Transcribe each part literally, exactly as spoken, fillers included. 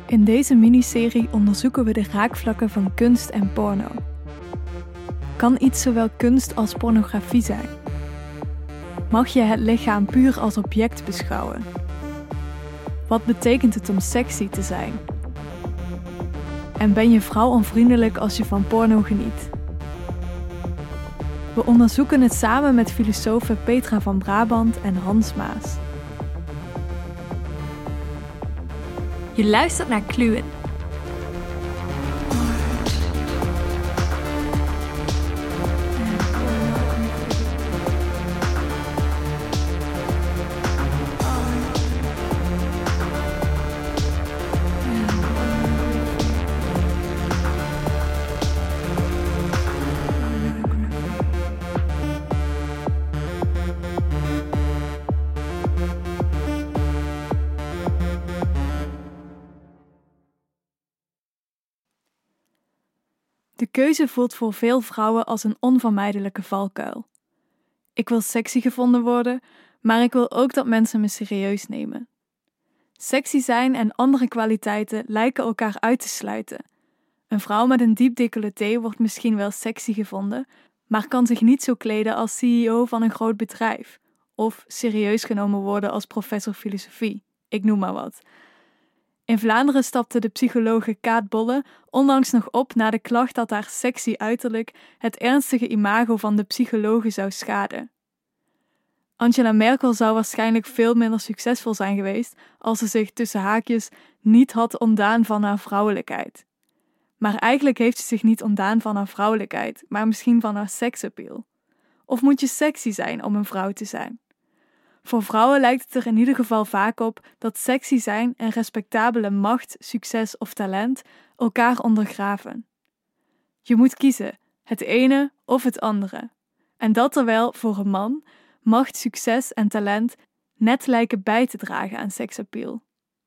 In deze miniserie onderzoeken we de raakvlakken van kunst en porno. Kan iets zowel kunst als pornografie zijn? Mag je het lichaam puur als object beschouwen? Wat betekent het om sexy te zijn? En ben je vrouwonvriendelijk als je van porno geniet? We onderzoeken het samen met filosofen Petra van Brabant en Hans Maas. Je luistert naar Kluwen. De keuze voelt voor veel vrouwen als een onvermijdelijke valkuil. Ik wil sexy gevonden worden, maar ik wil ook dat mensen me serieus nemen. Sexy zijn en andere kwaliteiten lijken elkaar uit te sluiten. Een vrouw met een diep decolleté wordt misschien wel sexy gevonden, maar kan zich niet zo kleden als C E O van een groot bedrijf, of serieus genomen worden als professor filosofie, ik noem maar wat. In Vlaanderen stapte de psychologe Kaat Bolle onlangs nog op na de klacht dat haar sexy uiterlijk het ernstige imago van de psychologe zou schaden. Angela Merkel zou waarschijnlijk veel minder succesvol zijn geweest als ze zich tussen haakjes niet had ontdaan van haar vrouwelijkheid. Maar eigenlijk heeft ze zich niet ontdaan van haar vrouwelijkheid, maar misschien van haar seksappeal. Of moet je sexy zijn om een vrouw te zijn? Voor vrouwen lijkt het er in ieder geval vaak op dat sexy zijn en respectabele macht, succes of talent elkaar ondergraven. Je moet kiezen, het ene of het andere. En dat terwijl voor een man macht, succes en talent net lijken bij te dragen aan seksappeal.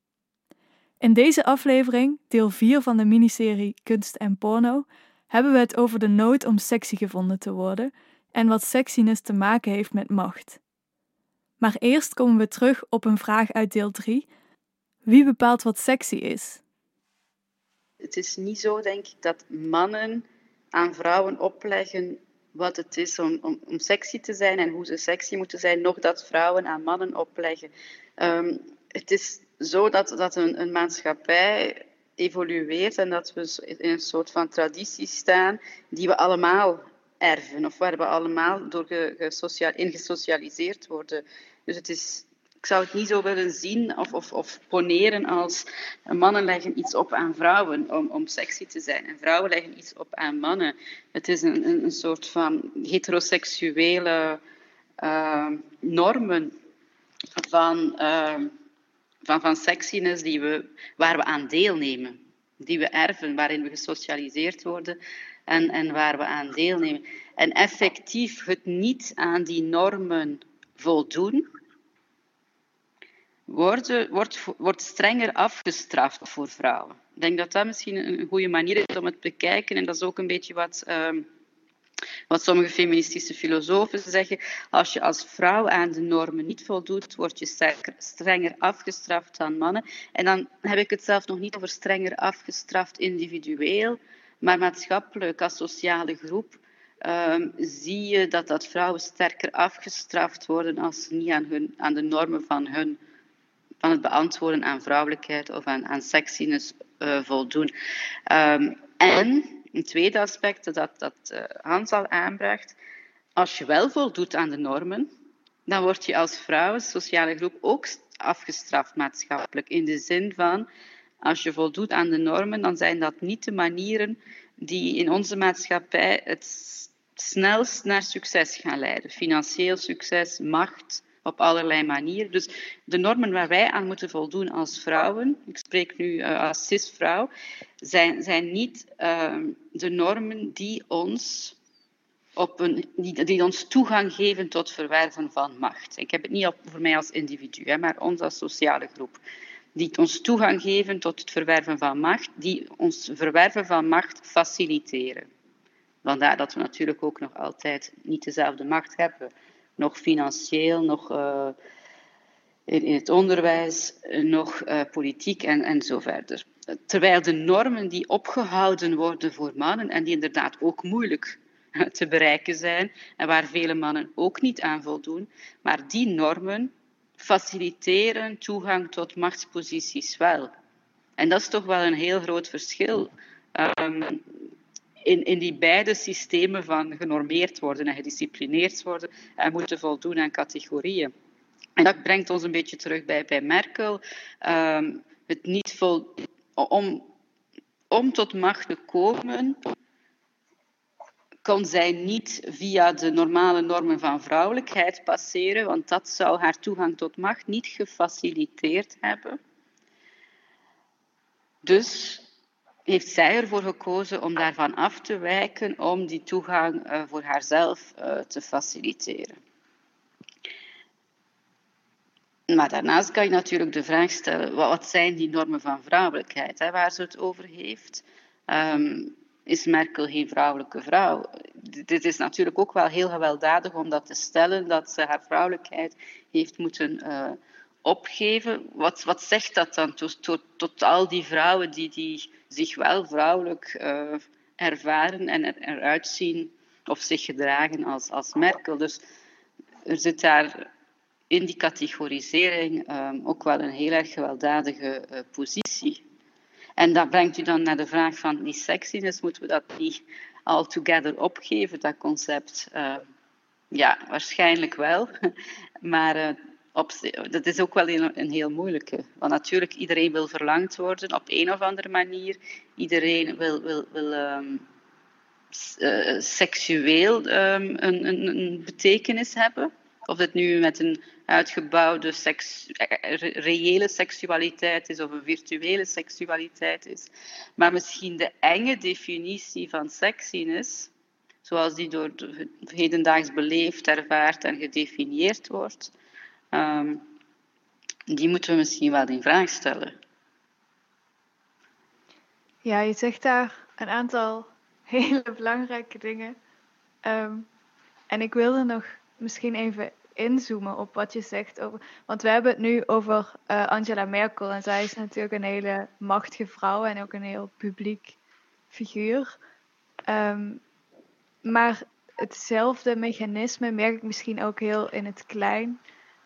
In deze aflevering, deel vier van de miniserie Kunst en Porno, hebben we het over de nood om sexy gevonden te worden en wat sexiness te maken heeft met macht. Maar eerst komen we terug op een vraag uit deel drie. Wie bepaalt wat sexy is? Het is niet zo, denk ik, dat mannen aan vrouwen opleggen wat het is om, om, om sexy te zijn en hoe ze sexy moeten zijn, nog dat vrouwen aan mannen opleggen. Um, het is zo dat, dat een, een maatschappij evolueert en dat we in een soort van traditie staan die we allemaal erven, of waar we allemaal door ge, gesociaal, in gesocialiseerd worden. Dus het is, ik zou het niet zo willen zien of, of, of poneren als mannen leggen iets op aan vrouwen om, om sexy te zijn. En vrouwen leggen iets op aan mannen. Het is een, een, een soort van heteroseksuele uh, normen van, uh, van, van sexiness die we, waar we aan deelnemen. Die we erven, waarin we gesocialiseerd worden en, en waar we aan deelnemen. En effectief het niet aan die normen voldoen, wordt, wordt, wordt strenger afgestraft voor vrouwen. Ik denk dat dat misschien een goede manier is om het te bekijken. En dat is ook een beetje wat, um, wat sommige feministische filosofen zeggen. Als je als vrouw aan de normen niet voldoet, word je sterker, strenger afgestraft dan mannen. En dan heb ik het zelf nog niet over strenger afgestraft individueel, maar maatschappelijk als sociale groep. Um, zie je dat, dat vrouwen sterker afgestraft worden als ze niet aan, hun, aan de normen van, hun, van het beantwoorden aan vrouwelijkheid of aan, aan sexiness uh, voldoen. Um, en een tweede aspect dat, dat uh, Hans al aanbracht, als je wel voldoet aan de normen, dan word je als vrouw, sociale groep, ook afgestraft maatschappelijk. In de zin van, als je voldoet aan de normen, dan zijn dat niet de manieren die in onze maatschappij het snelst naar succes gaan leiden. Financieel succes, macht, op allerlei manieren. Dus de normen waar wij aan moeten voldoen als vrouwen, ik spreek nu uh, als cis-vrouw, zijn, zijn niet uh, de normen die ons, op een, die, die ons toegang geven tot verwerven van macht. Ik heb het niet voor mij als individu, hè, maar ons als sociale groep. Die ons toegang geven tot het verwerven van macht, die ons verwerven van macht faciliteren. Vandaar dat we natuurlijk ook nog altijd niet dezelfde macht hebben. Nog financieel, nog uh, in, in het onderwijs, nog uh, politiek en, en zo verder. Terwijl de normen die opgehouden worden voor mannen en die inderdaad ook moeilijk te bereiken zijn en waar vele mannen ook niet aan voldoen, maar die normen faciliteren toegang tot machtsposities wel. En dat is toch wel een heel groot verschil um, in, in die beide systemen van genormeerd worden en gedisciplineerd worden en moeten voldoen aan categorieën. En dat brengt ons een beetje terug bij, bij Merkel. Um, het niet vol, om, om tot macht te komen, kon zij niet via de normale normen van vrouwelijkheid passeren, want dat zou haar toegang tot macht niet gefaciliteerd hebben. Dus heeft zij ervoor gekozen om daarvan af te wijken, om die toegang uh, voor haarzelf uh, te faciliteren. Maar daarnaast kan je natuurlijk de vraag stellen, wat zijn die normen van vrouwelijkheid, hè, waar ze het over heeft? Um, is Merkel geen vrouwelijke vrouw? Dit is natuurlijk ook wel heel gewelddadig om dat te stellen, dat ze haar vrouwelijkheid heeft moeten uh, opgeven. Wat, wat zegt dat dan tot, tot, tot al die vrouwen die, die zich wel vrouwelijk uh, ervaren en er, eruit zien of zich gedragen als, als Merkel? Dus er zit daar in die categorisering um, ook wel een heel erg gewelddadige uh, positie. En dat brengt u dan naar de vraag van die sexiness. Moeten we dat niet altogether opgeven, dat concept? Uh, ja, waarschijnlijk wel. Maar uh, op, dat is ook wel een, een heel moeilijke. Want natuurlijk, iedereen wil verlangd worden op een of andere manier. Iedereen wil, wil, wil um, uh, seksueel um, een, een, een betekenis hebben. Of het nu met een uitgebouwde seks, reële seksualiteit is of een virtuele seksualiteit is. Maar misschien de enge definitie van sexiness, zoals die door hedendaags beleefd, ervaard en gedefinieerd wordt, um, die moeten we misschien wel in vraag stellen. Ja, je zegt daar een aantal hele belangrijke dingen. Um, en ik wilde nog misschien even inzoomen op wat je zegt over. Want we hebben het nu over uh, Angela Merkel. En zij is natuurlijk een hele machtige vrouw en ook een heel publiek figuur. Um, maar hetzelfde mechanisme merk ik misschien ook heel in het klein.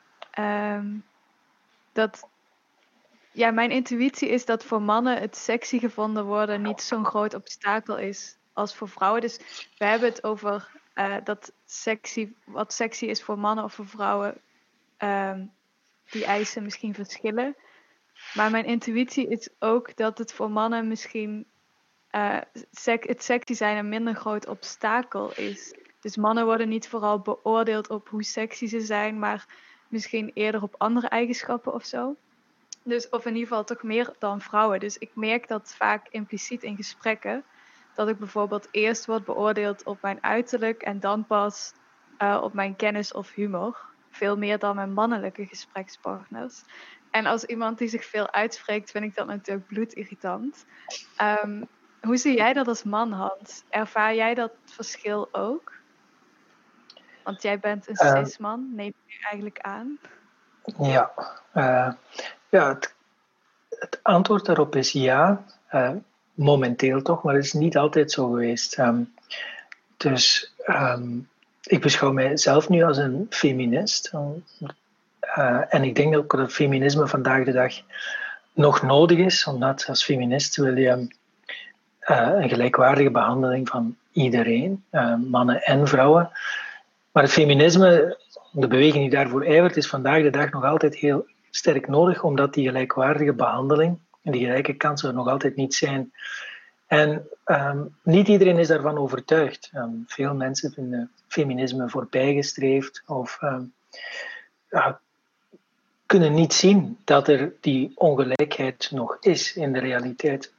Um, dat, ja, mijn intuïtie is dat voor mannen het sexy gevonden worden niet zo'n groot obstakel is als voor vrouwen. Dus we hebben het over Uh, dat sexy, wat sexy is voor mannen of voor vrouwen, um, die eisen misschien verschillen. Maar mijn intuïtie is ook dat het voor mannen misschien uh, sec- het sexy zijn een minder groot obstakel is. Dus mannen worden niet vooral beoordeeld op hoe sexy ze zijn, maar misschien eerder op andere eigenschappen of zo. Dus, of in ieder geval toch meer dan vrouwen. Dus ik merk dat vaak impliciet in gesprekken. Dat ik bijvoorbeeld eerst word beoordeeld op mijn uiterlijk en dan pas uh, op mijn kennis of humor. Veel meer dan mijn mannelijke gesprekspartners. En als iemand die zich veel uitspreekt, vind ik dat natuurlijk bloedirritant. Um, hoe zie jij dat als man, Hans? Ervaar jij dat verschil ook? Want jij bent een uh, cis-man, neem je eigenlijk aan? Ja, uh, ja het, het antwoord daarop is ja. Uh, Momenteel toch, maar het is niet altijd zo geweest. Um, dus um, ik beschouw mijzelf nu als een feminist. Um, uh, en ik denk ook dat feminisme vandaag de dag nog nodig is, omdat als feminist wil je uh, een gelijkwaardige behandeling van iedereen, uh, mannen en vrouwen. Maar het feminisme, de beweging die daarvoor ijvert, is vandaag de dag nog altijd heel sterk nodig, omdat die gelijkwaardige behandeling en die gelijke kansen er nog altijd niet zijn. En um, niet iedereen is daarvan overtuigd. Um, veel mensen vinden feminisme voorbijgestreefd of um, ja, kunnen niet zien dat er die ongelijkheid nog is in de realiteit.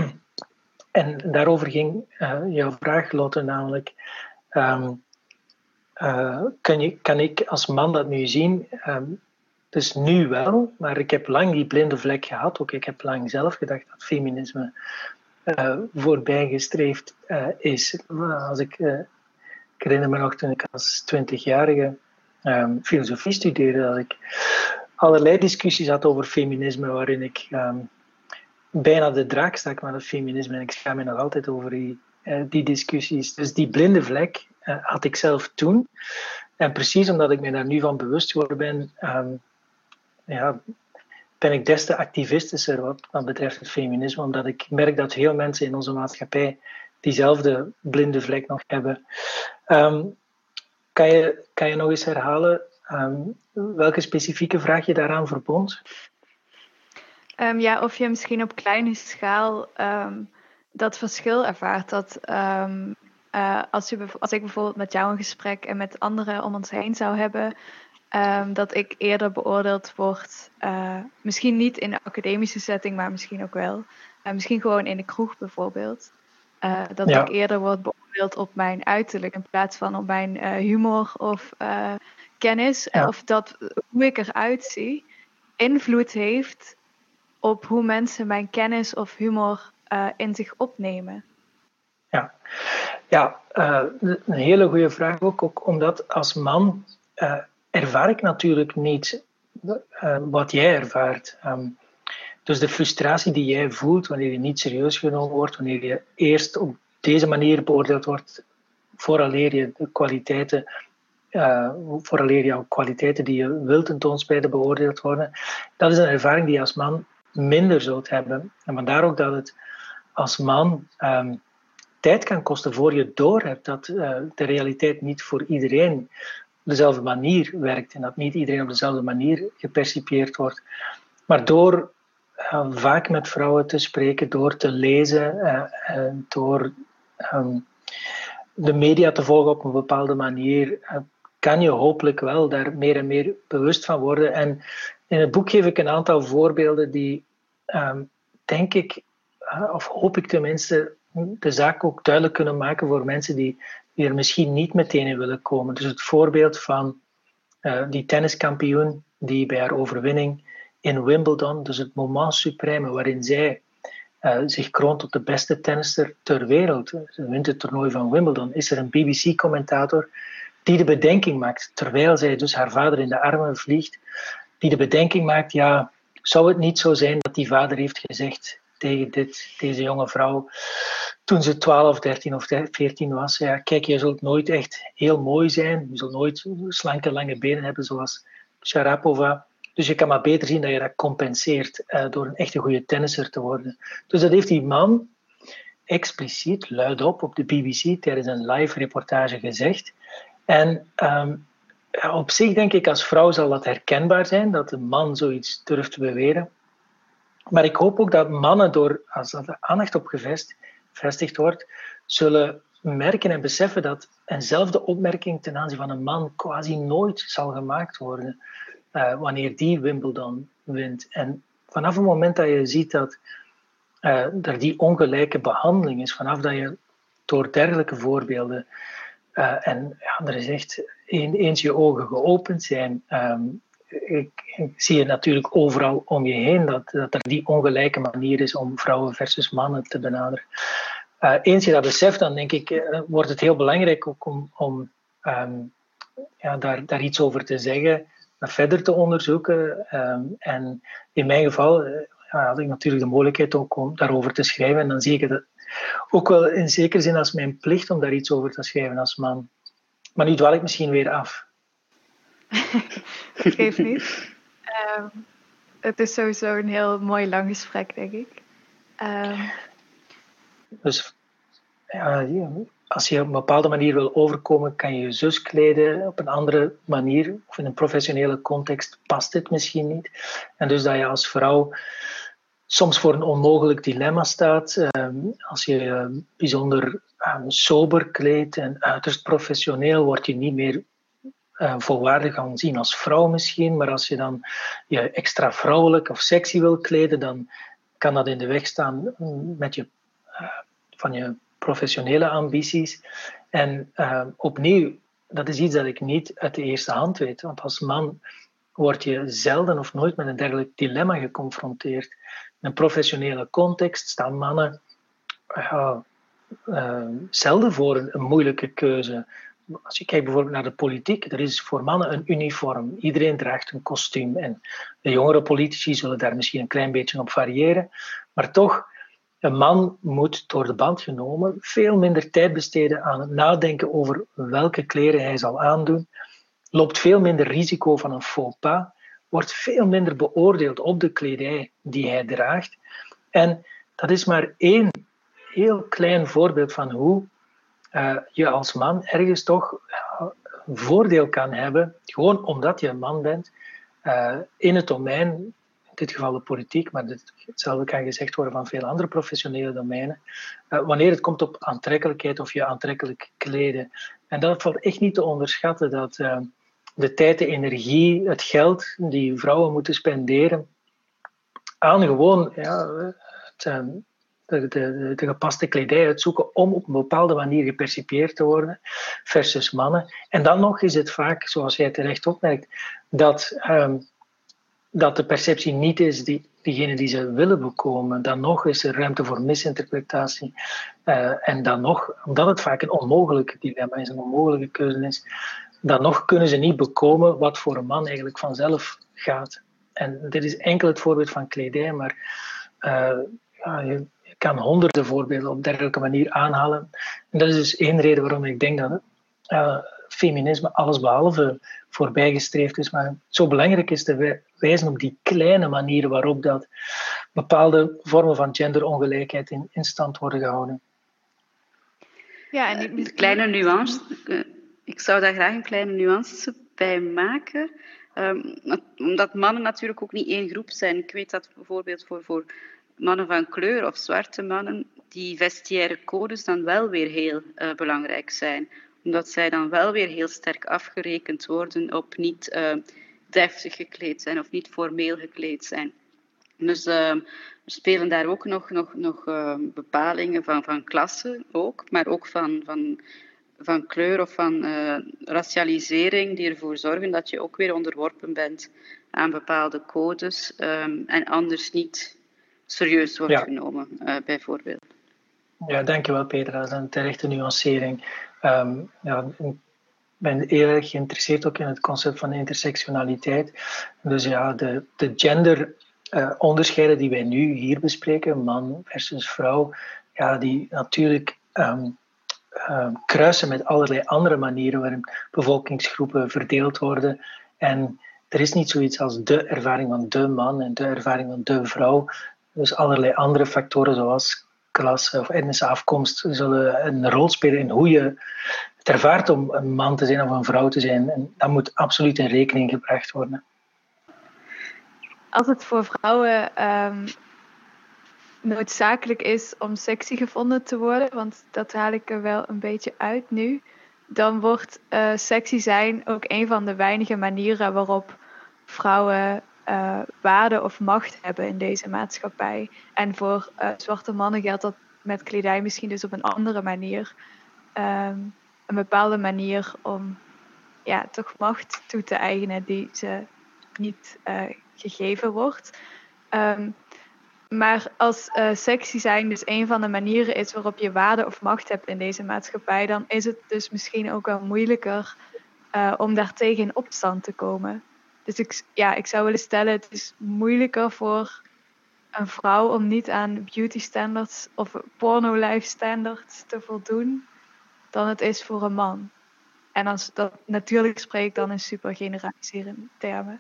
En daarover ging uh, jouw vraag, Lotte, namelijk... Um, uh, kan, je, kan ik als man dat nu zien... Um, Dus nu wel, maar ik heb lang die blinde vlek gehad. Ook ik heb lang zelf gedacht dat feminisme uh, voorbijgestreefd uh, is. Als ik, uh, ik herinner me nog toen ik als twintigjarige um, filosofie studeerde, dat ik allerlei discussies had over feminisme, waarin ik um, bijna de draak stak met het feminisme. En ik schaam me nog altijd over die, uh, die discussies. Dus die blinde vlek uh, had ik zelf toen. En precies omdat ik me daar nu van bewust geworden ben, um, ja, ben ik des te activistischer wat, wat betreft het feminisme. Omdat ik merk dat veel mensen in onze maatschappij diezelfde blinde vlek nog hebben. Um, kan, je, kan je nog eens herhalen um, welke specifieke vraag je daaraan verbond? Um, ja, of je misschien op kleine schaal um, dat verschil ervaart. Dat um, uh, als, je, als ik bijvoorbeeld met jou een gesprek en met anderen om ons heen zou hebben, um, dat ik eerder beoordeeld word, uh, misschien niet in de academische setting, maar misschien ook wel. Uh, misschien gewoon in de kroeg bijvoorbeeld. Uh, dat ja. ik eerder word beoordeeld op mijn uiterlijk in plaats van op mijn uh, humor of uh, kennis. Ja. Of dat hoe ik eruit zie invloed heeft op hoe mensen mijn kennis of humor uh, in zich opnemen. Ja, ja uh, een hele goede vraag ook, ook omdat als man uh, ervaar ik natuurlijk niet uh, wat jij ervaart. Um, dus de frustratie die jij voelt wanneer je niet serieus genomen wordt, wanneer je eerst op deze manier beoordeeld wordt, vooraleer je de kwaliteiten, uh, vooraleer jouw kwaliteiten die je wilt tentoonspreiden beoordeeld worden, dat is een ervaring die je als man minder zult hebben. En vandaar ook dat het als man um, tijd kan kosten voor je doorhebt dat uh, de realiteit niet voor iedereen op dezelfde manier werkt en dat niet iedereen op dezelfde manier gepercipieerd wordt. Maar door uh, vaak met vrouwen te spreken, door te lezen, uh, uh, door um, de media te volgen op een bepaalde manier, uh, kan je hopelijk wel daar meer en meer bewust van worden. En in het boek geef ik een aantal voorbeelden die, um, denk ik, uh, of hoop ik tenminste, de zaak ook duidelijk kunnen maken voor mensen die, die er misschien niet meteen in willen komen. Dus het voorbeeld van uh, die tenniskampioen die bij haar overwinning in Wimbledon, dus het moment supreme waarin zij uh, zich kroont tot de beste tennister ter wereld, ze wint het toernooi van Wimbledon, is er een B B C-commentator die de bedenking maakt, terwijl zij dus haar vader in de armen vliegt, die de bedenking maakt, ja, zou het niet zo zijn dat die vader heeft gezegd tegen dit, deze jonge vrouw, toen ze twaalf, dertien of veertien was, ja, kijk, je zult nooit echt heel mooi zijn, je zult nooit slanke, lange benen hebben zoals Sharapova, dus je kan maar beter zien dat je dat compenseert uh, door een echte goede tennisser te worden. Dus dat heeft die man expliciet, luidop, op de B B C tijdens een live reportage gezegd. En um, ja, op zich denk ik, als vrouw zal dat herkenbaar zijn, dat een man zoiets durft te beweren. Maar ik hoop ook dat mannen, door, als er aandacht op gevestigd wordt, zullen merken en beseffen dat eenzelfde opmerking ten aanzien van een man quasi nooit zal gemaakt worden uh, wanneer die Wimbledon wint. En vanaf het moment dat je ziet dat uh, er die ongelijke behandeling is, vanaf dat je door dergelijke voorbeelden Uh, en ja, er is echt een, eens je ogen geopend zijn. Um, ik, ik zie je natuurlijk overal om je heen dat, dat er die ongelijke manier is om vrouwen versus mannen te benaderen. Uh, eens je dat beseft, dan denk ik, uh, wordt het heel belangrijk ook om, om um, ja, daar, daar iets over te zeggen, dat verder te onderzoeken. Um, en in mijn geval uh, ja, had ik natuurlijk de mogelijkheid ook om daarover te schrijven. En dan zie ik dat ook wel in zekere zin als mijn plicht om daar iets over te schrijven als man. Maar nu dwaal ik misschien weer af. Dat geeft niet. Um, het is sowieso een heel mooi lang gesprek, denk ik. Um... Dus ja, als je op een bepaalde manier wil overkomen, kan je je zus kleden op een andere manier. Of in een professionele context past dit misschien niet. En dus dat je als vrouw soms voor een onmogelijk dilemma staat. Um, als je uh, bijzonder um, sober kleedt en uiterst professioneel, word je niet meer uh, volwaardig gaan zien als vrouw misschien. Maar als je dan je extra vrouwelijk of sexy wil kleden, dan kan dat in de weg staan met je, uh, van je professionele ambities. En uh, opnieuw, dat is iets dat ik niet uit de eerste hand weet. Want als man word je zelden of nooit met een dergelijk dilemma geconfronteerd. In een professionele context staan mannen uh, uh, zelden voor een, een moeilijke keuze. als je kijkt bijvoorbeeld naar de politiek, er is voor mannen een uniform. Iedereen draagt een kostuum. En de jongere politici zullen daar misschien een klein beetje op variëren. Maar toch, een man moet door de band genomen veel minder tijd besteden aan het nadenken over welke kleren hij zal aandoen. Loopt veel minder risico van een faux pas. Wordt veel minder beoordeeld op de kledij die hij draagt. En dat is maar één heel klein voorbeeld van hoe uh, je als man ergens toch uh, een voordeel kan hebben, gewoon omdat je een man bent, uh, in het domein, in dit geval de politiek, maar dit, hetzelfde kan gezegd worden van veel andere professionele domeinen, uh, wanneer het komt op aantrekkelijkheid of je aantrekkelijk kleden. En dat valt echt niet te onderschatten, dat uh, de tijd, de energie, het geld die vrouwen moeten spenderen aan gewoon ja, het, uh, De, de, de gepaste kledij uitzoeken om op een bepaalde manier gepercipieerd te worden versus mannen. En dan nog is het vaak, zoals jij terecht opmerkt, dat, um, dat de perceptie niet is die, diegene die ze willen bekomen. Dan nog is er ruimte voor misinterpretatie. Uh, en dan nog, omdat het vaak een onmogelijk dilemma is, een onmogelijke keuze is, dan nog kunnen ze niet bekomen wat voor een man eigenlijk vanzelf gaat. En dit is enkel het voorbeeld van kledij, maar uh, ja, je, kan honderden voorbeelden op dergelijke manier aanhalen. En dat is dus één reden waarom ik denk dat uh, feminisme allesbehalve voorbijgestreefd is. Maar het zo belangrijk is te wijzen op die kleine manieren waarop dat bepaalde vormen van genderongelijkheid in, in stand worden gehouden. Ja, en ik... De kleine nuance, ik zou daar graag een kleine nuance bij maken. Um, omdat mannen natuurlijk ook niet één groep zijn. Ik weet dat bijvoorbeeld voor... voor mannen van kleur of zwarte mannen, die vestiaire codes dan wel weer heel uh, belangrijk zijn. Omdat zij dan wel weer heel sterk afgerekend worden op niet uh, deftig gekleed zijn of niet formeel gekleed zijn. Dus uh, er spelen daar ook nog, nog, nog uh, bepalingen van, van klasse, ook, maar ook van, van, van kleur of van uh, racialisering die ervoor zorgen dat je ook weer onderworpen bent aan bepaalde codes um, en anders niet serieus wordt ja. genomen, uh, bijvoorbeeld. Ja, dankjewel Petra. Dat is een terechte nuancering. Um, ja, ik ben heel erg geïnteresseerd ook in het concept van intersectionaliteit. Dus ja, de, de gender uh, onderscheiden die wij nu hier bespreken, man versus vrouw, ja, die natuurlijk um, uh, kruisen met allerlei andere manieren waarin bevolkingsgroepen verdeeld worden. En er is niet zoiets als de ervaring van de man en de ervaring van de vrouw. Dus allerlei andere factoren zoals klasse of etnische afkomst zullen een rol spelen in hoe je het ervaart om een man te zijn of een vrouw te zijn. En dat moet absoluut in rekening gebracht worden. Als het voor vrouwen um, noodzakelijk is om sexy gevonden te worden, want dat haal ik er wel een beetje uit nu, dan wordt uh, sexy zijn ook een van de weinige manieren waarop vrouwen Uh, waarde of macht hebben in deze maatschappij. En voor uh, zwarte mannen geldt dat met kledij misschien dus op een andere manier. Um, een bepaalde manier om ja, toch macht toe te eigenen die ze niet uh, gegeven wordt. Um, maar als uh, sexy zijn dus een van de manieren is waarop je waarde of macht hebt in deze maatschappij, dan is het dus misschien ook wel moeilijker uh, om daartegen in opstand te komen. Dus ik, ja, ik zou willen stellen, het is moeilijker voor een vrouw om niet aan beauty standards of porno life standards te voldoen dan het is voor een man. En als dat natuurlijk spreek ik dan in super generaliserende termen.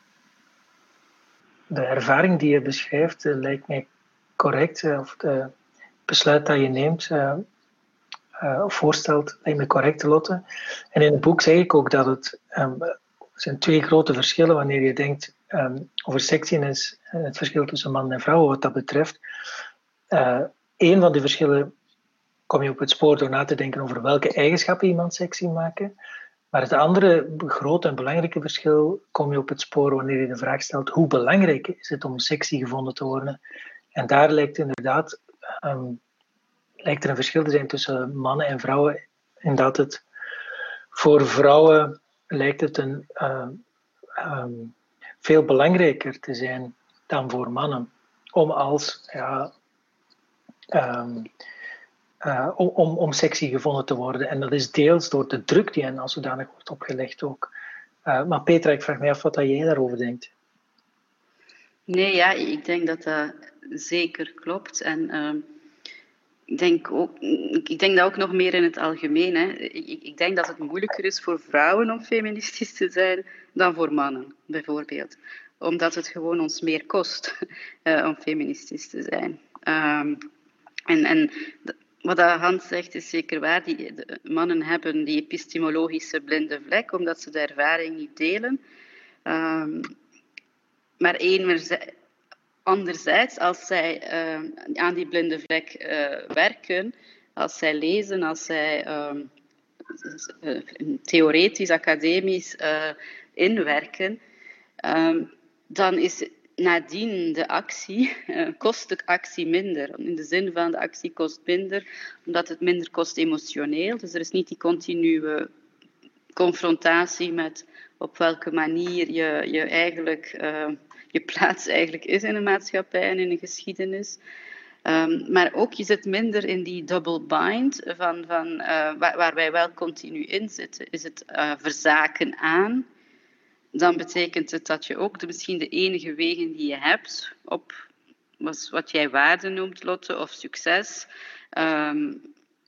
De ervaring die je beschrijft uh, lijkt mij correct. Uh, of het besluit dat je neemt uh, uh, of voorstelt lijkt mij correct, Lotte. En in het boek zeg ik ook dat het... Um, Er zijn twee grote verschillen wanneer je denkt um, over sexiness en het verschil tussen man en vrouw wat dat betreft. Uh, Eén van die verschillen kom je op het spoor door na te denken over welke eigenschappen iemand sexy maken. Maar het andere grote en belangrijke verschil kom je op het spoor wanneer je de vraag stelt hoe belangrijk is het om sexy gevonden te worden. En daar lijkt inderdaad um, lijkt er een verschil te zijn tussen mannen en vrouwen. In dat het voor vrouwen lijkt het een, uh, um, veel belangrijker te zijn dan voor mannen. Om als ja, um, uh, om, om, om sexy gevonden te worden. En dat is deels door de druk die hen als zodanig wordt opgelegd ook. Uh, maar Petra, ik vraag me af wat jij daarover denkt. Nee, ja, ik denk dat dat zeker klopt. En uh, ik, denk ook, ik denk dat ook nog meer in het algemeen. Hè. Ik, ik denk dat het moeilijker is voor vrouwen om feministisch te zijn dan voor mannen, bijvoorbeeld. Omdat het gewoon ons meer kost uh, om feministisch te zijn. Um, en, en wat Hans zegt is zeker waar. Die, de mannen hebben die epistemologische blinde vlek, omdat ze de ervaring niet delen. Um, maar enerzijds, anderzijds, als zij uh, aan die blinde vlek uh, werken, als zij lezen, als zij um, uh, theoretisch, academisch uh, inwerken, um, dan is nadien de actie, uh, kost de actie minder. In de zin van de actie kost minder, omdat het minder kost emotioneel. Dus er is niet die continue confrontatie met op welke manier je, je eigenlijk uh, je plaats eigenlijk is in een maatschappij en in een geschiedenis. Um, maar ook je zit minder in die double bind van, van, uh, waar, waar wij wel continu in zitten. Is het uh, verzaken aan, dan betekent het dat je ook de, misschien de enige wegen die je hebt op wat, wat jij waarde noemt, Lotte, of succes, um,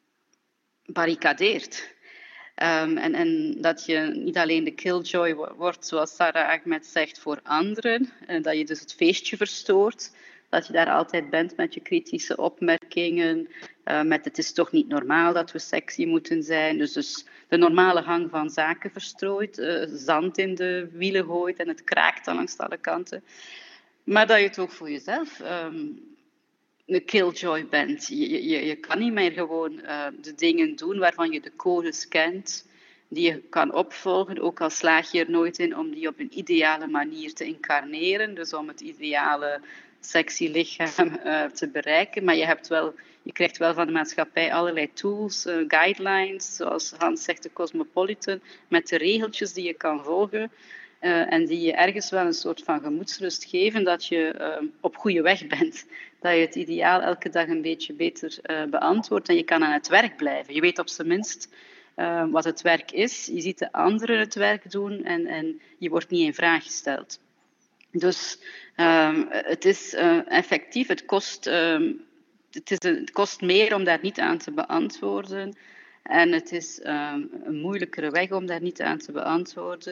barricadeert. Um, en, en dat je niet alleen de killjoy wordt, zoals Sarah Ahmed zegt, voor anderen. En dat je dus het feestje verstoort. Dat je daar altijd bent met je kritische opmerkingen. Uh, met het is toch niet normaal dat we sexy moeten zijn. Dus, dus de normale gang van zaken verstrooit. Uh, zand in de wielen gooit en het kraakt dan langs alle kanten. Maar dat je het ook voor jezelf um, een killjoy bent. Je, je, je kan niet meer gewoon uh, de dingen doen waarvan je de codes kent, die je kan opvolgen, ook al slaag je er nooit in om die op een ideale manier te incarneren, dus om het ideale sexy lichaam uh, te bereiken. Maar je, hebt wel, je krijgt wel van de maatschappij allerlei tools, uh, guidelines, zoals Hans zegt, de Cosmopolitan, met de regeltjes die je kan volgen. Uh, en die je ergens wel een soort van gemoedsrust geven dat je uh, op goede weg bent. Dat je het ideaal elke dag een beetje beter uh, beantwoordt en je kan aan het werk blijven. Je weet op zijn minst uh, wat het werk is. Je ziet de anderen het werk doen en, en je wordt niet in vraag gesteld. Dus uh, het is uh, effectief, het kost, uh, het, is een, het kost meer om daar niet aan te beantwoorden. En het is uh, een moeilijkere weg om daar niet aan te beantwoorden.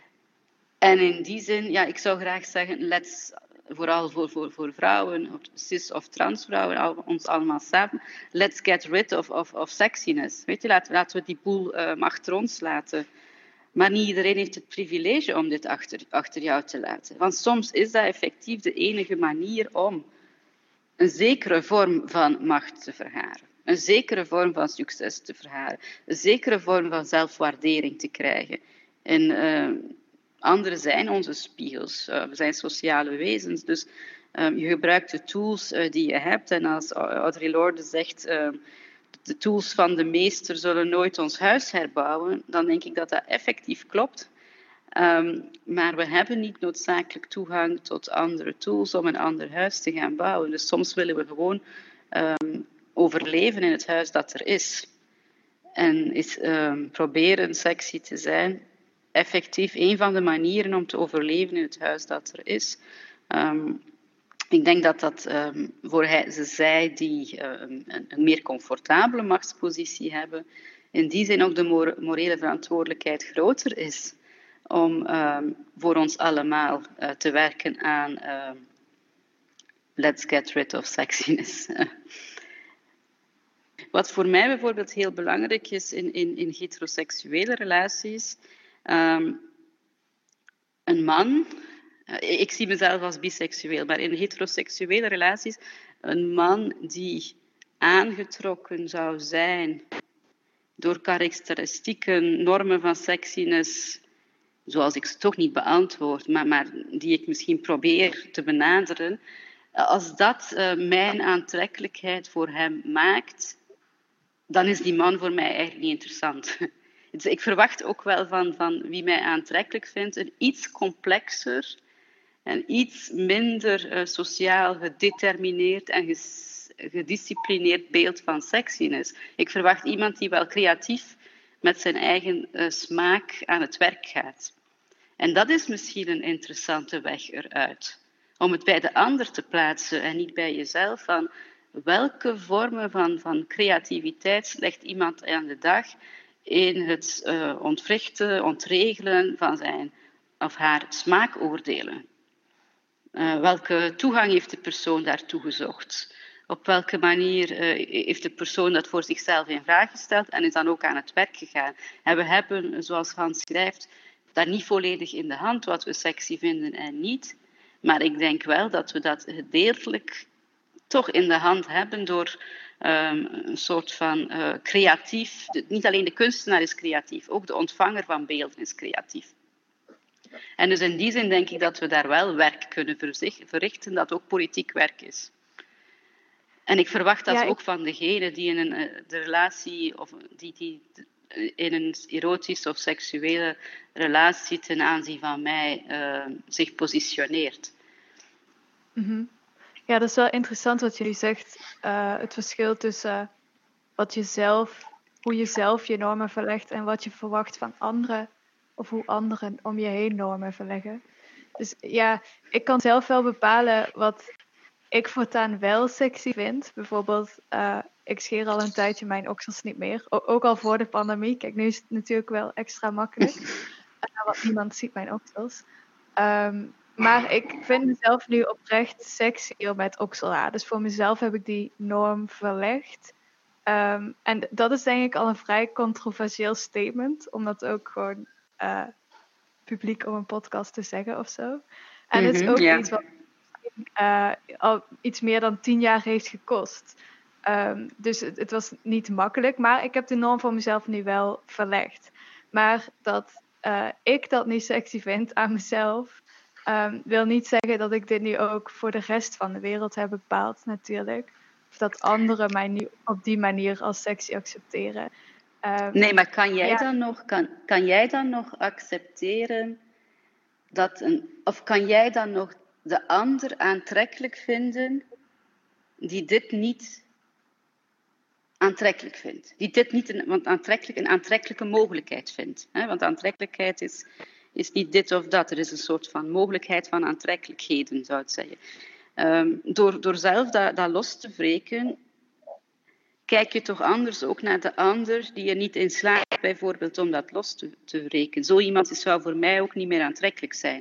En in die zin, ja, ik zou graag zeggen, let's, vooral voor, voor, voor vrouwen, of cis- of transvrouwen, ons allemaal samen, let's get rid of, of, of sexiness. Weet je, laten, laten we die boel uh, achter ons laten. Maar niet iedereen heeft het privilege om dit achter, achter jou te laten. Want soms is dat effectief de enige manier om een zekere vorm van macht te vergaren. Een zekere vorm van succes te vergaren. Een zekere vorm van zelfwaardering te krijgen. En uh, anderen zijn onze spiegels. Uh, we zijn sociale wezens. Dus uh, je gebruikt de tools uh, die je hebt. En als Audre Lorde zegt, uh, de tools van de meester zullen nooit ons huis herbouwen, dan denk ik dat dat effectief klopt. Um, maar we hebben niet noodzakelijk toegang tot andere tools om een ander huis te gaan bouwen. Dus soms willen we gewoon um, overleven in het huis dat er is. En is um, proberen sexy te zijn effectief een van de manieren om te overleven in het huis dat er is. Um, ik denk dat dat um, voor hij, ze zij die uh, een, een meer comfortabele machtspositie hebben, in die zin ook de mor- morele verantwoordelijkheid groter is om um, voor ons allemaal uh, te werken aan uh, let's get rid of sexiness. Wat voor mij bijvoorbeeld heel belangrijk is in, in, in heteroseksuele relaties, um, een man, uh, ik zie mezelf als biseksueel, maar in heteroseksuele relaties, een man die aangetrokken zou zijn door karakteristieken, normen van sexiness, zoals ik ze toch niet beantwoord, maar, maar die ik misschien probeer te benaderen, als dat uh, mijn aantrekkelijkheid voor hem maakt, dan is die man voor mij eigenlijk niet interessant. Dus ik verwacht ook wel van, van wie mij aantrekkelijk vindt, een iets complexer en iets minder uh, sociaal gedetermineerd en, ges, gedisciplineerd beeld van sexiness. Ik verwacht iemand die wel creatief met zijn eigen uh, smaak aan het werk gaat. En dat is misschien een interessante weg eruit. Om het bij de ander te plaatsen en niet bij jezelf. Van welke vormen van, van creativiteit legt iemand aan de dag in het uh, ontwrichten, ontregelen van zijn of haar smaakoordelen? Uh, welke toegang heeft de persoon daartoe gezocht? Op welke manier uh, heeft de persoon dat voor zichzelf in vraag gesteld en is dan ook aan het werk gegaan? En we hebben, zoals Hans schrijft, daar niet volledig in de hand wat we sexy vinden en niet. Maar ik denk wel dat we dat gedeeltelijk toch in de hand hebben door um, een soort van uh, creatief... De, niet alleen de kunstenaar is creatief, ook de ontvanger van beelden is creatief. En dus in die zin denk ik dat we daar wel werk kunnen verrichten, dat ook politiek werk is. En ik verwacht dat ja, ik... ook van degene die in een de relatie, of die, die in een erotische of seksuele relatie ten aanzien van mij uh, zich positioneert. Mm-hmm. Ja, dat is wel interessant wat jullie zegt. Uh, het verschil tussen wat je zelf, hoe je zelf je normen verlegt en wat je verwacht van anderen. Of hoe anderen om je heen normen verleggen. Dus ja, ik kan zelf wel bepalen wat ik voortaan wel sexy vind. Bijvoorbeeld, uh, ik scheer al een tijdje mijn oksels niet meer. O- ook al voor de pandemie. Kijk, nu is het natuurlijk wel extra makkelijk. Uh, want niemand ziet mijn oksels. Um, maar ik vind mezelf nu oprecht sexier met okselhaar. Dus voor mezelf heb ik die norm verlegd. Um, en dat is denk ik al een vrij controversieel statement. Omdat ook gewoon... Uh, publiek om een podcast te zeggen of zo. En mm-hmm, het is ook ja. iets wat uh, al iets meer dan tien jaar heeft gekost. Um, dus het, het was niet makkelijk, maar ik heb de norm voor mezelf nu wel verlegd. Maar dat uh, ik dat niet sexy vind aan mezelf, um, wil niet zeggen dat ik dit nu ook voor de rest van de wereld heb bepaald, natuurlijk. Of dat anderen mij nu op die manier als sexy accepteren. Um, nee, maar kan jij, ja. dan nog, kan, kan jij dan nog accepteren dat een, of kan jij dan nog de ander aantrekkelijk vinden die dit niet aantrekkelijk vindt? Die dit niet een, want aantrekkelijk, een aantrekkelijke mogelijkheid vindt. Hè? Want aantrekkelijkheid is, is niet dit of dat. Er is een soort van mogelijkheid van aantrekkelijkheden, zou ik zeggen. Um, door, door zelf dat, dat los te wreken, kijk je toch anders ook naar de ander die er niet in slaagt, bijvoorbeeld om dat los te, te wreken. Zo iemand zou voor mij ook niet meer aantrekkelijk zijn.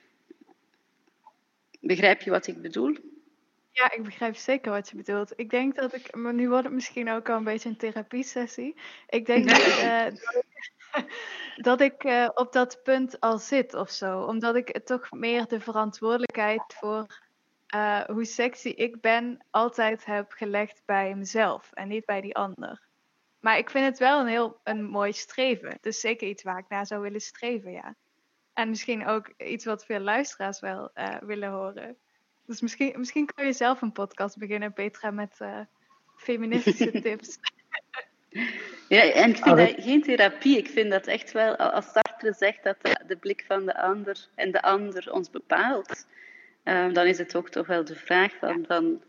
Begrijp je wat ik bedoel? Ja, ik begrijp zeker wat je bedoelt. Ik denk dat ik, maar nu wordt het misschien ook al een beetje een therapiesessie. Ik denk dat, uh, dat ik, dat ik uh, op dat punt al zit of zo. Omdat ik toch meer de verantwoordelijkheid voor... Uh, hoe sexy ik ben, altijd heb gelegd bij mezelf en niet bij die ander. Maar ik vind het wel een heel een mooi streven. Het is zeker iets waar ik naar zou willen streven, ja. En misschien ook iets wat veel luisteraars wel uh, willen horen. Dus misschien, misschien kun je zelf een podcast beginnen, Petra, met uh, feministische tips. Ja, en ik vind dat geen therapie. Ik vind dat echt wel, als Sartre zegt dat de, de blik van de ander en de ander ons bepaalt... Uh, dan is het ook toch wel de vraag van, van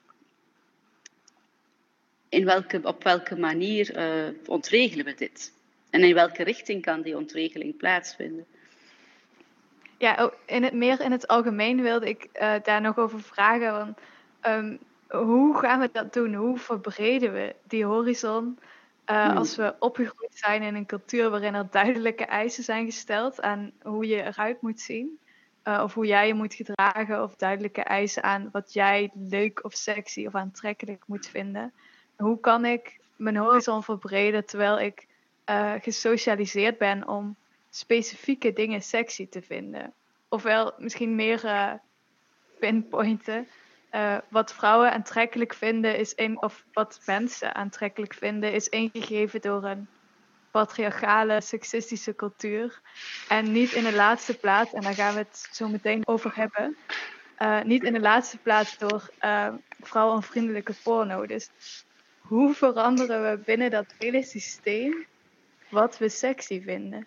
in welke, op welke manier uh, ontregelen we dit? En in welke richting kan die ontregeling plaatsvinden? Ja, in het, meer in het algemeen wilde ik uh, daar nog over vragen. Want, um, hoe gaan we dat doen? Hoe verbreden we die horizon? Uh, hmm. Als we opgegroeid zijn in een cultuur waarin er duidelijke eisen zijn gesteld aan hoe je eruit moet zien. Uh, of hoe jij je moet gedragen, of duidelijke eisen aan wat jij leuk of sexy of aantrekkelijk moet vinden. Hoe kan ik mijn horizon verbreden terwijl ik uh, gesocialiseerd ben om specifieke dingen sexy te vinden? Ofwel misschien meer uh, pinpointen. Uh, wat vrouwen aantrekkelijk vinden, is in, of wat mensen aantrekkelijk vinden, is ingegeven door een patriarchale, seksistische cultuur. En niet in de laatste plaats, en daar gaan we het zo meteen over hebben, uh, niet in de laatste plaats door uh, vrouwenvriendelijke porno. Dus hoe veranderen we binnen dat hele systeem wat we sexy vinden?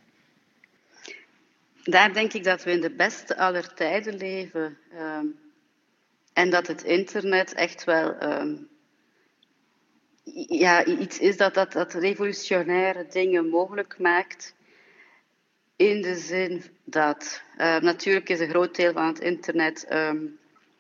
Daar denk ik dat we in de beste aller tijden leven. Um, en dat het internet echt wel um, ja, iets is dat, dat, dat revolutionaire dingen mogelijk maakt. In de zin dat uh, natuurlijk is een groot deel van het internet um,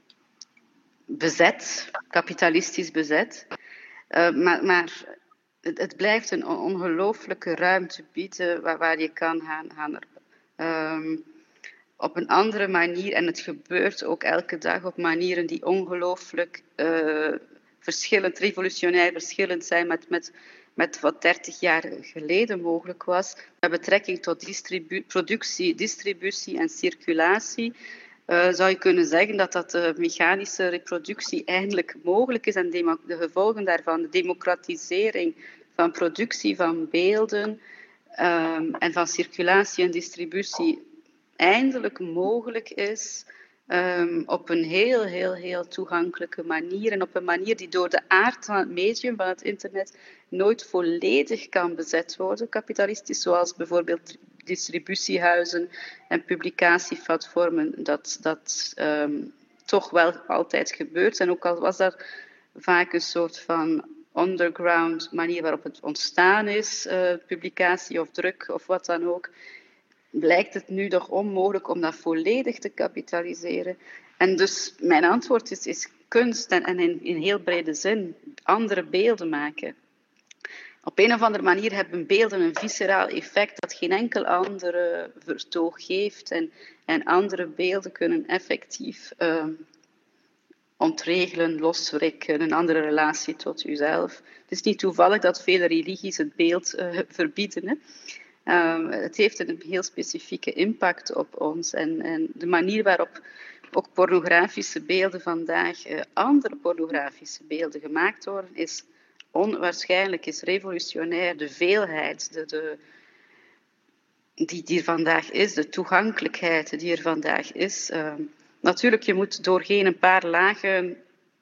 bezet, kapitalistisch bezet. Uh, maar maar het, het blijft een ongelooflijke ruimte bieden waar, waar je kan gaan, gaan um, op een andere manier. En het gebeurt ook elke dag op manieren die ongelooflijk uh, verschillend, revolutionair verschillend zijn met, met, met wat dertig jaar geleden mogelijk was. Met betrekking tot distribu- productie, distributie en circulatie. Uh, zou je kunnen zeggen dat dat de mechanische reproductie eindelijk mogelijk is en de, de gevolgen daarvan, de democratisering van productie van beelden um, en van circulatie en distributie eindelijk mogelijk is um, op een heel, heel, heel toegankelijke manier en op een manier die door de aard van het medium, van het internet, nooit volledig kan bezet worden, kapitalistisch, zoals bijvoorbeeld distributiehuizen en publicatieplatformen, dat, dat um, toch wel altijd gebeurt. En ook al was dat vaak een soort van underground manier waarop het ontstaan is, uh, publicatie of druk of wat dan ook, blijkt het nu toch onmogelijk om dat volledig te kapitaliseren. En dus mijn antwoord is, is kunst en, en in, in heel brede zin andere beelden maken. Op een of andere manier hebben beelden een visceraal effect dat geen enkel andere vertoog heeft. En, en andere beelden kunnen effectief uh, ontregelen, loswrikken, een andere relatie tot jezelf. Het is niet toevallig dat vele religies het beeld uh, verbieden. Hè. Uh, het heeft een heel specifieke impact op ons. En, en de manier waarop ook pornografische beelden vandaag, uh, andere pornografische beelden gemaakt worden, is onwaarschijnlijk, is revolutionair. De veelheid, de, de, die, die er vandaag is, de toegankelijkheid die er vandaag is. Uh, natuurlijk, je moet doorheen een paar lagen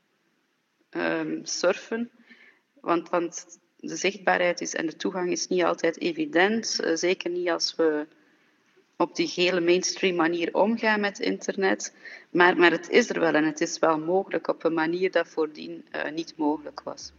um, surfen, want, want de zichtbaarheid is en de toegang is niet altijd evident. Uh, zeker niet als we op die hele mainstream manier omgaan met internet. Maar, maar het is er wel en het is wel mogelijk op een manier dat voordien uh, niet mogelijk was.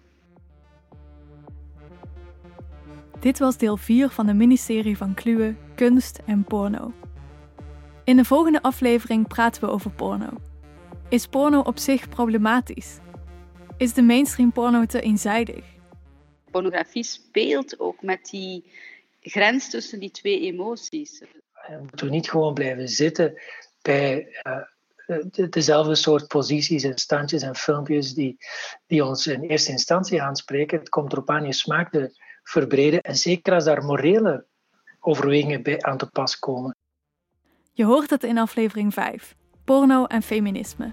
Dit was deel vier van de miniserie van Kluwe, Kunst en Porno. In de volgende aflevering praten we over porno. Is porno op zich problematisch? Is de mainstream porno te eenzijdig? Pornografie speelt ook met die grens tussen die twee emoties. We moeten niet gewoon blijven zitten bij uh, de, dezelfde soort posities en standjes en filmpjes die, die ons in eerste instantie aanspreken. Het komt erop aan je smaak te verbreden en zeker als daar morele overwegingen bij aan te pas komen. Je hoort het in aflevering vijf, porno en feminisme.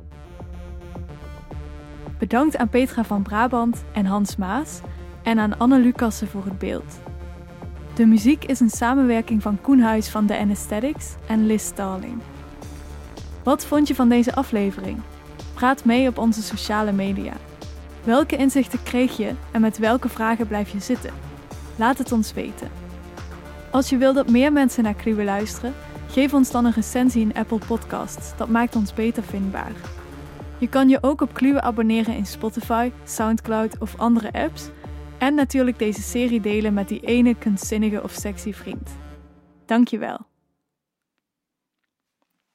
Bedankt aan Petra van Brabant en Hans Maas en aan Anne Lucassen voor het beeld. De muziek is een samenwerking van Koen Huis van The Anesthetics en Liz Starling. Wat vond je van deze aflevering? Praat mee op onze sociale media. Welke inzichten kreeg je en met welke vragen blijf je zitten? Laat het ons weten. Als je wil dat meer mensen naar Kluwe luisteren, geef ons dan een recensie in Apple Podcasts. Dat maakt ons beter vindbaar. Je kan je ook op Kluwe abonneren in Spotify, Soundcloud of andere apps. En natuurlijk deze serie delen met die ene kunstzinnige of sexy vriend. Dankjewel.